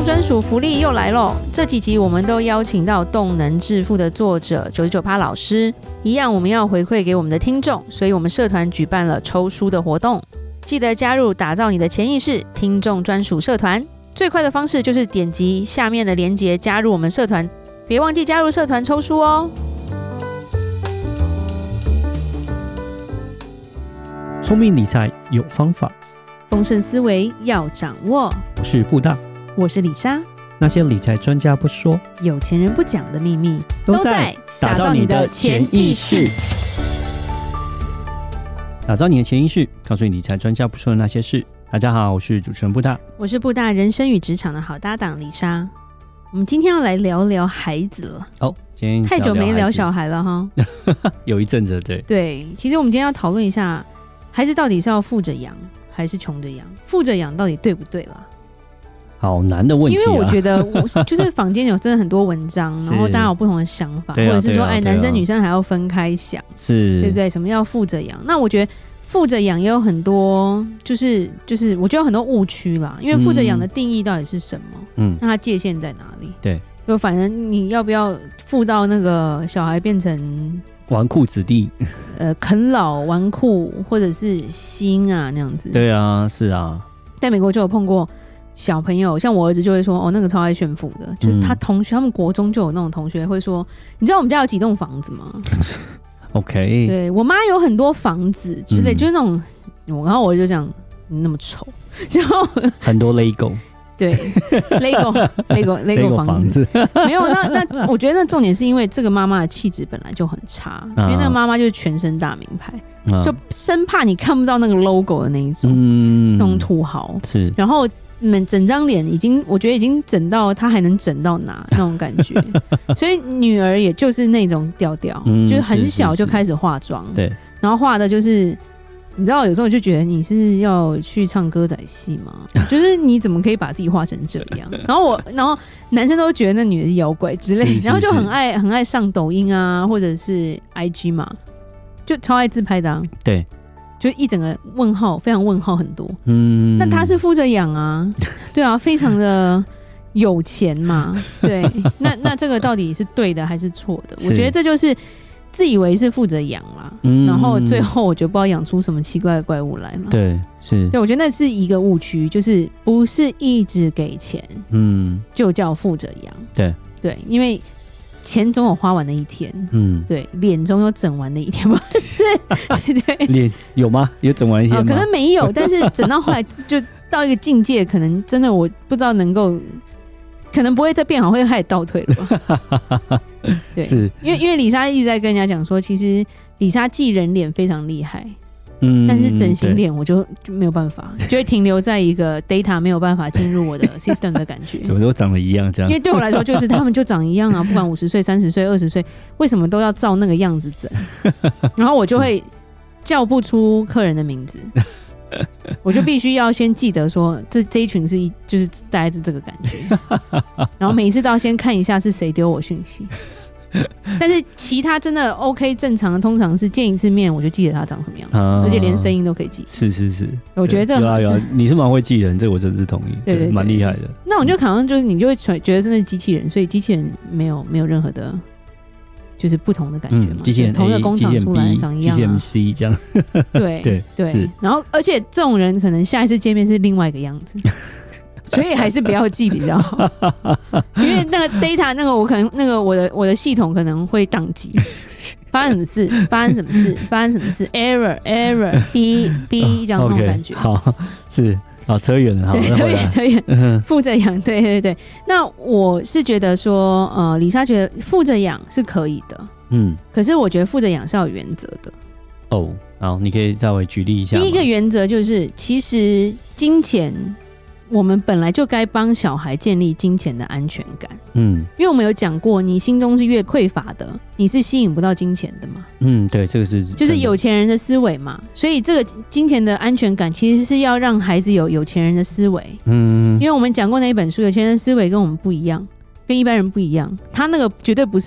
专属福利又来咯，这几集我们都邀请到动能致富的作者99%老师，一样我们要回馈给我们的听众，所以我们社团举办了抽书的活动，记得加入打造你的潜意识听众专属社团，最快的方式就是点击下面的连结加入我们社团，别忘记加入社团抽书哦。 聪明理财有方法， 丰盛思维要掌握。 我是布大， 我是李莎。 那些理财专家不说， 有钱人不讲的秘密， 都在打造你的潜意识。打造你的潜意识，告诉你理财专家不说的那些事。大家好，我是主持人布大， 我是布大人生与职场的好搭档李莎。我们今天要来聊聊孩子了。 哦，今天太久没聊小孩了哈。 有一阵子，对， 其实我们今天要讨论一下，孩子到底是要富着养还是穷着养？富着养到底对不对啦？ 好难的问题啊！ 因为我觉得就是坊间有真的很多文章，然后大家有不同的想法，或者是说，男生女生还要分开想， 是， 对不对？什么要富着养？那我觉得富着养也有很多，就是我觉得有很多误区啦。因为富着养的定义到底是什么？那它界限在哪里？ 对， 就反正你要不要富到那个小孩变成纨绔子弟， 啃老纨绔，或者是星啊那样子。 对啊，是啊， 在美国就有碰过小朋友，像我儿子就会说，哦，那个超爱炫富的，就是他同学，他们国中就有那种同学会说，你知道我们家有几栋房子吗 ？OK， 对我妈有很多房子之类，就是那种，然后我就讲你那么丑，然后很多 Lego。 对 Lego 房子没有，那我觉得那重点是因为这个妈妈的气质本来就很差，因为那个妈妈就是全身大名牌，就生怕你看不到那个 logo 的那一种，那种土豪是， 然后整张脸我觉得已经整到她还能整到哪那种感觉，所以女儿也就是那种调调，就是很小就开始化妆，对，然后画的就是。你知道有时候我就觉得你是要去唱歌仔戏吗？就是你怎么可以把自己画成这样？然后男生都觉得那女的是妖怪之类，然后就很爱上抖音啊，或者是 IG 嘛，就超爱自拍的啊。对，就一整个问号，非常问号很多。那他是富着养啊，对啊，非常的有钱嘛，对。那这个到底是对的还是错的？我觉得这就是。自以为是富着养啦，然后最后我觉得不知道养出什么奇怪的怪物来嘛。对，是，对，我觉得那是一个误区，就是不是一直给钱，就叫富着养。对，因为钱总有花完的一天，对，脸总有整完的一天，不是？对，脸有吗？有整完一天吗？可能没有，但是整到后来就到一个境界，可能真的我不知道能够。可能不会再变好，会开始倒退了吧？对，是因为李莎一直在跟人家讲说，其实李莎寄人脸非常厉害，但是整形脸我就没有办法，就会停留在一个 data 没有办法进入我的 system 的感觉。怎么都长得一样这样？因为对我来说，就是他们就长一样啊，不管50岁、30岁、20岁，为什么都要照那个样子整？然后我就会叫不出客人的名字。我就必须要先记得说这一群就是大概是这个感觉，然后每一次都要先看一下是谁丢我讯息，但是其他真的 OK 正常的，通常是见一次面我就记得他长什么样子，而且连声音都可以记。是，我觉得这个有你是蛮会记人，这我真的是同意，对，蛮厉害的。那我就好像就是你就会觉得是那机器人，所以机器人没有任何的。就是不同的感觉嘛，机器人 A, 同一个工厂出来长一样、啊，机器人 C 这样，对，然后而且这种人可能下一次见面是另外一个样子，所以还是不要记比较好，因为那个 data 那个我可能那个我的系统可能会宕机，发生什么事 error B 这样那种感觉，好是。好，扯远了，对，扯远，富着养，对。那我是觉得说，李莎觉得富着养是可以的，可是我觉得富着养是要有原则的。哦，好，你可以稍微举例一下。第一个原则就是，其实金钱，我们本来就该帮小孩建立金钱的安全感。因为我们有讲过，你心中是越匮乏的，你是吸引不到金钱的嘛。对，这个是就是有钱人的思维嘛。所以这个金钱的安全感其实是要让孩子有钱人的思维。因为我们讲过那一本书，有钱人的思维跟我们不一样，跟一般人不一样。他那个绝对不是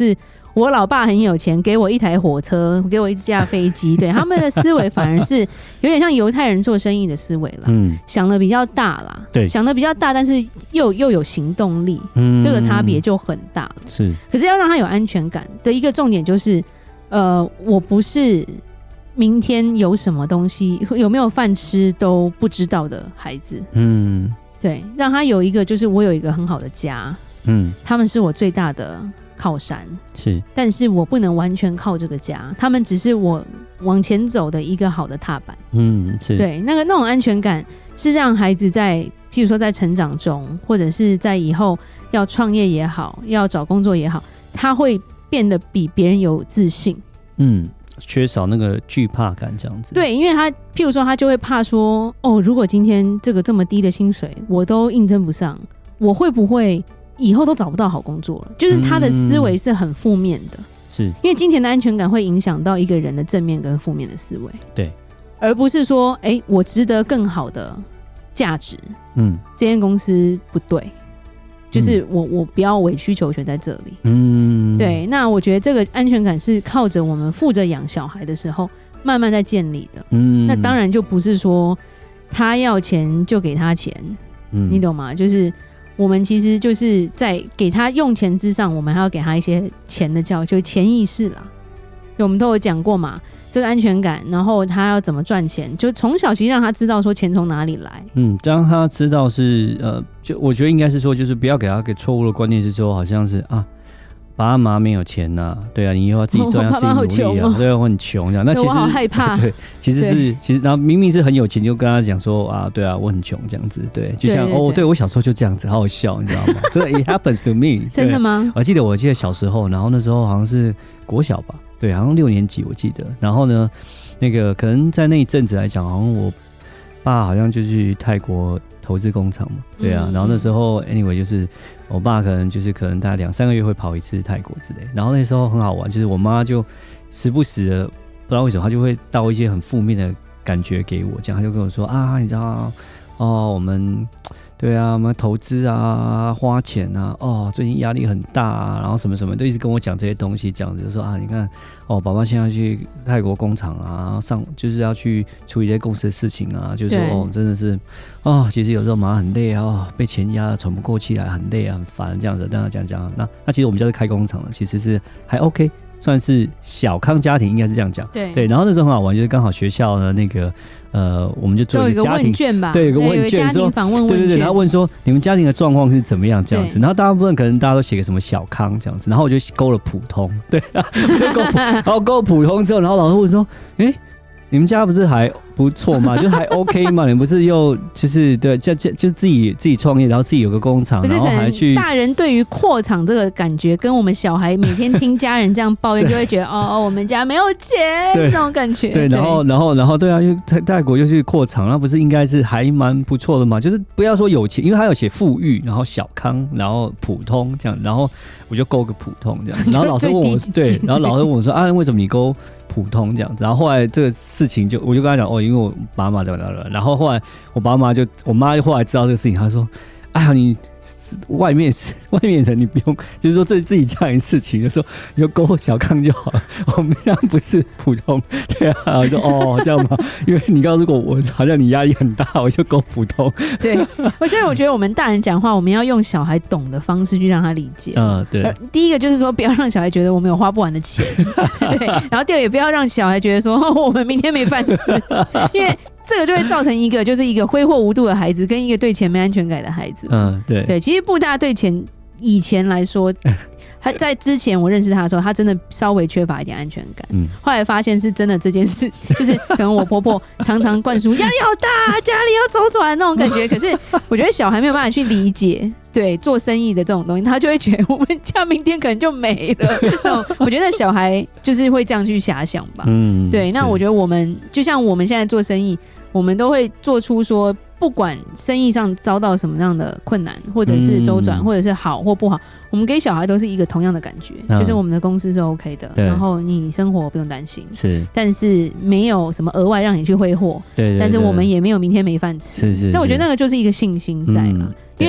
我老爸很有钱，给我一台火车，给我一架飞机，对，他们的思维反而是有点像犹太人做生意的思维啦，想的比较大啦，对，想的比较大，但是又有行动力，这个差别就很大了。是，可是要让他有安全感的一个重点就是，我不是明天有什么东西，有没有饭吃都不知道的孩子，对，让他有一个就是我有一个很好的家，他们是我最大的靠山，是，但是我不能完全靠这个家，他们只是我往前走的一个好的踏板，是，对，那种安全感是让孩子在譬如说在成长中，或者是在以后要创业也好，要找工作也好，他会变得比别人有自信， 缺少那个惧怕感这样子。 对，因为他譬如说他就会怕说，如果今天这么低的薪水我都应征不上，我会不会以后都找不到好工作了，就是他的思维是很负面的，是因为金钱的安全感会影响到一个人的正面跟负面的思维，对，而不是说我值得更好的价值，这间公司不对，就是我不要委曲求全在这里，对，那我觉得这个安全感是靠着我们负责养小孩的时候慢慢在建立的，那当然就不是说他要钱就给他钱，你懂吗？就是我们其实就是在给他用钱之上，我们还要给他一些钱的教育，就是钱意识啦。我们都有讲过嘛，这个安全感，然后他要怎么赚钱，就从小其实让他知道说钱从哪里来。 让他知道是就我觉得应该是说，就是不要给他个错误的观念，是说好像是爸妈没有钱呐，对啊，你以后要自己赚，要自己努力啊，对啊，我很穷这样。那其实我好害怕， 对，其实然后明明是很有钱，就跟他讲说对啊，我很穷这样子，对，就像对我小时候就这样子，好好笑，你知道吗？这 it happens to me 真的吗？ 我记得小时候，然后那时候好像是国小吧，对，好像6年级我记得，然后呢，那个可能在那一阵子来讲，好像我爸好像就去泰国投资工厂嘛，对啊，然后那时候 anyway 就是我爸可能大概2-3个月会跑一次泰国之类，然后那时候很好玩，就是我妈就时不时的不知道为什么，她就会倒一些很负面的感觉给我，这样她就跟我说你知道我们对啊，我们投资啊，花钱啊，最近压力很大啊，然后什么什么都一直跟我讲这些东西，这样子就说你看爸爸现在去泰国工厂啊，然后就是要去处理这些公司的事情啊，就是说真的是其实有时候妈很累啊，被钱压得喘不过气来，很累啊，很烦这样子，跟他讲，那其实我们家是开工厂的，其实是还 OK。算是小康家庭，应该是这样讲。对，然后那时候很好玩，就是刚好学校的那个我们就做一个家庭问卷吧， 对，有个问卷， 家庭访问问卷， 对，然后问说你们家庭的状况是怎么样这样子，然后大部分可能大家都写个什么小康这样子，然后我就勾了普通，对，然后勾普通之后，然后老师问说，你们家不是还不错嘛，就还 OK 嘛？你不是又就是对，就自己创业，然后自己有个工厂，然后还去大人对于扩厂这个感觉，跟我们小孩每天听家人这样抱怨，就会觉得我们家没有钱那种感觉。 对，然后对啊，因为泰国又去扩厂，那不是应该是还蛮不错的嘛？就是不要说有钱，因为他有写富裕，然后小康，然后普通这样，然后我就勾个普通这样。然后老师问我，对，然后老师问我说为什么你勾普通这样子？然后后来这个事情我就跟他讲因为我爸妈怎么了，然后后来我妈就后来知道这个事情，她说你外面人你不用，就是说这自己家人事情，就说你就勾小康就好了，我们这样不是普通，对啊，我说这样吗？因为你刚刚如果我好像你压力很大，我就勾普通。 对，所以我觉得我们大人讲话，我们要用小孩懂的方式去让他理解。对。第一个就是说，不要让小孩觉得我们有花不完的钱，对。然后第二个也不要让小孩觉得说我们明天没饭吃，因为这个就会造成一个挥霍无度的孩子跟一个对钱没安全感的孩子。对，其实布大对钱以前来说，他在之前我认识他的时候，他真的稍微缺乏一点安全感。后来发现是真的这件事，就是可能我婆婆常常灌输压力好大，家里要周转那种感觉。可是我觉得小孩没有办法去理解，对做生意的这种东西，他就会觉得我们家明天可能就没了。我觉得小孩就是会这样去遐想吧。对，那我觉得我们就像我们现在做生意，我们都会做出说，不管生意上遭到什么样的困难，或者是周转，或者是好或不好，我们给小孩都是一个同样的感觉，就是我们的公司是 OK 的，然后你生活不用担心，但是没有什么额外让你去挥霍，但是我们也没有明天没饭吃。但我觉得那个就是一个信心在嘛，因为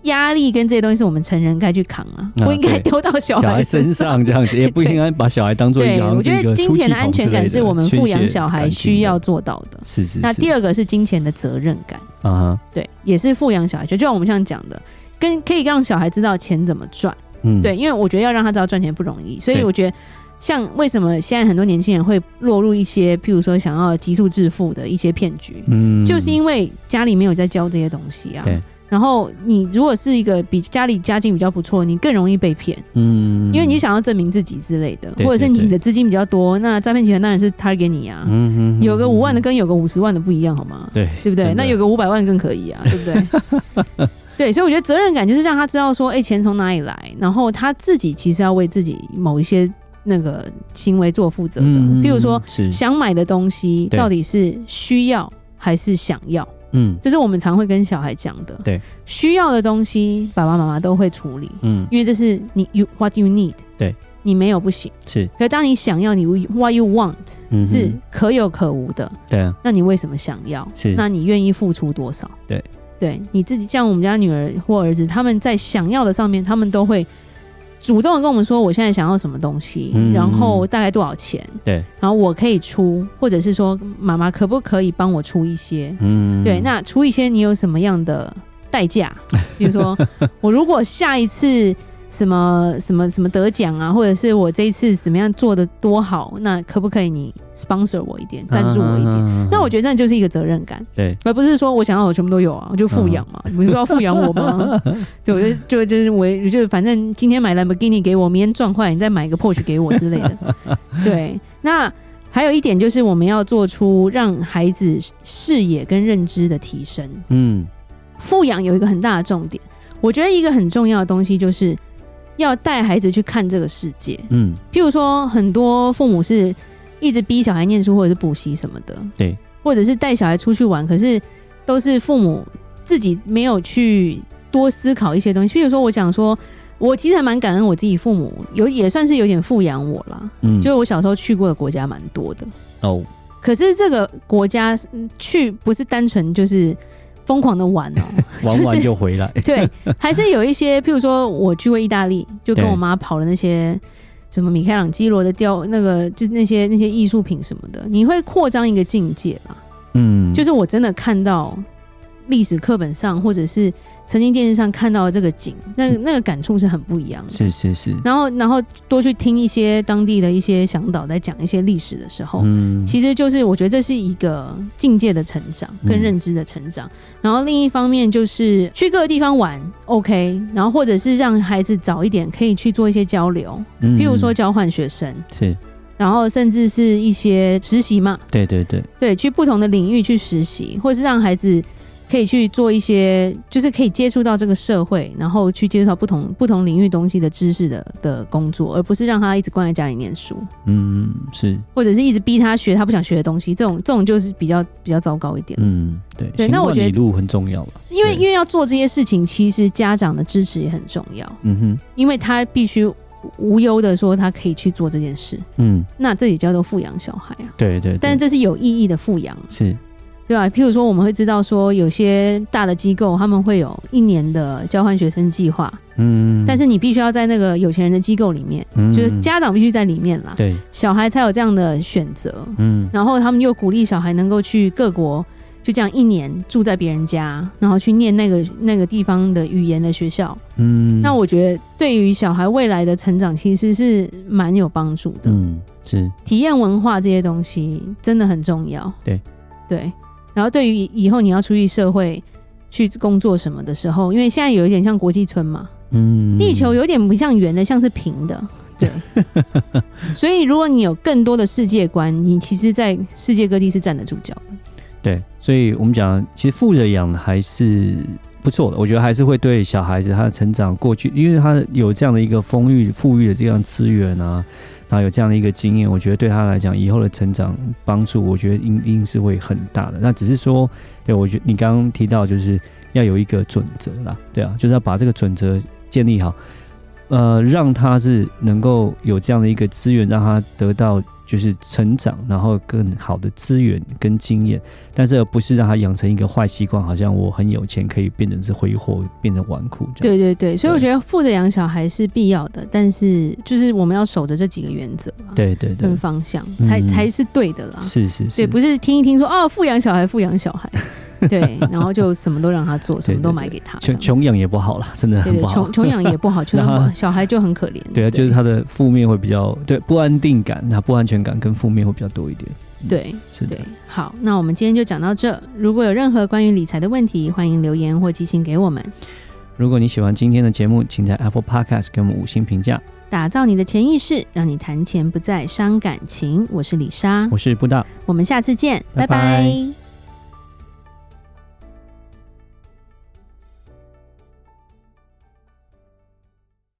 压力跟这些东西是我们成人该去扛啊，不应该丢到小孩身上这样子，也不应该把小孩当作一个。 对，我觉得金钱的安全感是我们富养小孩需要做到的。 是。 那第二个是金钱的责任感啊，对，也是富养小孩，就像我们像讲的，可以让小孩知道钱怎么赚。对，因为我觉得要让他知道赚钱不容易，所以我觉得像为什么现在很多年轻人会落入一些譬如说想要急速致富的一些骗局，就是因为家里没有在教这些东西啊。对。然后你如果是一个比家里家境比较不错，你更容易被骗，因为你想要证明自己之类的，或者是你的资金比较多，那诈骗集团当然是 target 你啊。有个5万的跟有个50万的不一样，好吗？对不对？那有个500万更可以啊，对不对？对，所以我觉得责任感就是让他知道说，钱从哪里来，然后他自己其实要为自己某一些那个行为做负责的。譬如说，想买的东西到底是需要还是想要？这是我们常会跟小孩讲的。对，需要的东西爸爸妈妈都会处理，因为这是你 what you need， 对，你没有不行，是。可是当你想要，你 what you want，是可有可无的，对啊。那你为什么想要？是，那你愿意付出多少？对，对，你自己像我们家女儿或儿子，他们在想要的上面，他们都会主动的跟我们说我现在想要什么东西，然后大概多少钱，对，然后我可以出，或者是说妈妈可不可以帮我出一些，对，那出一些你有什么样的代价？比如说我如果下一次什么得奖啊，或者是我这一次怎么样做的多好，那可不可以你 sponsor 我一点，赞助我一点？那我觉得那就是一个责任感，对，而不是说我想要我全部都有啊，我就富养嘛，你们都要富养我吗？对，我就是我就反正今天买Lamborghini给我，明天撞坏你再买一个 Porsche 给我之类的。对，那还有一点就是我们要做出让孩子视野跟认知的提升。富养有一个很大的重点，我觉得一个很重要的东西就是要带孩子去看这个世界。譬如说很多父母是一直逼小孩念书或者是补习什么的，对，或者是带小孩出去玩，可是都是父母自己没有去多思考一些东西。譬如说我讲说我其实还蛮感恩我自己父母也算是有点富养我啦，就是我小时候去过的国家蛮多的哦，可是这个国家去不是单纯就是疯狂的玩哦， 玩完就回来。 对，还是有一些，譬如说我去过意大利，就跟我妈跑了那些什么米开朗基罗的那个就那些艺术品什么的，你会扩张一个境界吧。就是我真的看到历史课本上或者是曾经电视上看到的这个景，那个感触是很不一样的。是。然后多去听一些当地的一些向导在讲一些历史的时候，其实就是我觉得这是一个境界的成长跟认知的成长。然后另一方面就是去各个地方玩 OK， 然后或者是让孩子早一点可以去做一些交流，譬如说交换学生是。然后甚至是一些实习嘛，对，去不同的领域去实习，或者是让孩子可以去做一些，就是可以接触到这个社会，然后去接触到不同领域东西的知识的工作，而不是让他一直关在家里念书。是，或者是一直逼他学他不想学的东西，这种就是比较糟糕一点。对，那我觉得行万里路很重要了， 因为要做这些事情，其实家长的支持也很重要。因为他必须无忧的说他可以去做这件事，那这也叫做富养小孩啊。对，但是这是有意义的富养，是，对吧？譬如说我们会知道说有些大的机构他们会有1年的交换学生计划，但是你必须要在那个有钱人的机构里面，就是家长必须在里面啦，对，小孩才有这样的选择，然后他们又鼓励小孩能够去各国。就这样1年住在别人家，然后去念那个地方的语言的学校，那我觉得对于小孩未来的成长其实是蛮有帮助的。是体验文化这些东西真的很重要。对，然后对于以后你要出去社会去工作什么的时候，因为现在有一点像国际村嘛，地球有点不像圆的，像是平的。对，所以如果你有更多的世界观，你其实在世界各地是站得住脚的。 对，所以我们讲，其实富着养还是不错的。我觉得还是会对小孩子他的成长过去，因为他有这样的一个富裕的这样资源啊，然后有这样的一个经验，我觉得对他来讲以后的成长帮助，我觉得一定是会很大的。那只是说，对，我觉得你刚刚提到就是要有一个准则啦，对啊，就是要把这个准则建立好。让他是能够有这样的一个资源，让他得到就是成长，然后更好的资源跟经验，但是不是让他养成一个坏习惯，好像我很有钱可以变成是挥霍，变成纨绔这样。 对对对，所以我觉得富着养小孩是必要的，但是就是我们要守着这几个原则， 对对对， 跟方向才是对的啦。 是是是， 对，不是听一听说哦富养小孩，富养小孩。对，然后就什么都让他做，什么都买给他。 穷养也不好啦，真的很不好。 穷养也不好，穷养小孩就很可怜。 对啊，就是他的负面会比较对不安定感，他不安全感跟负面会比较多一点。 对， 是的。 好，那我们今天就讲到这。如果有任何关于理财的问题，欢迎留言或寄信给我们。 如果你喜欢今天的节目，请在 Apple Podcast 给我们5星评价。 打造你的潜意识，让你谈钱不再伤感情。我是李莎， 我是布大， 我们下次见，拜拜。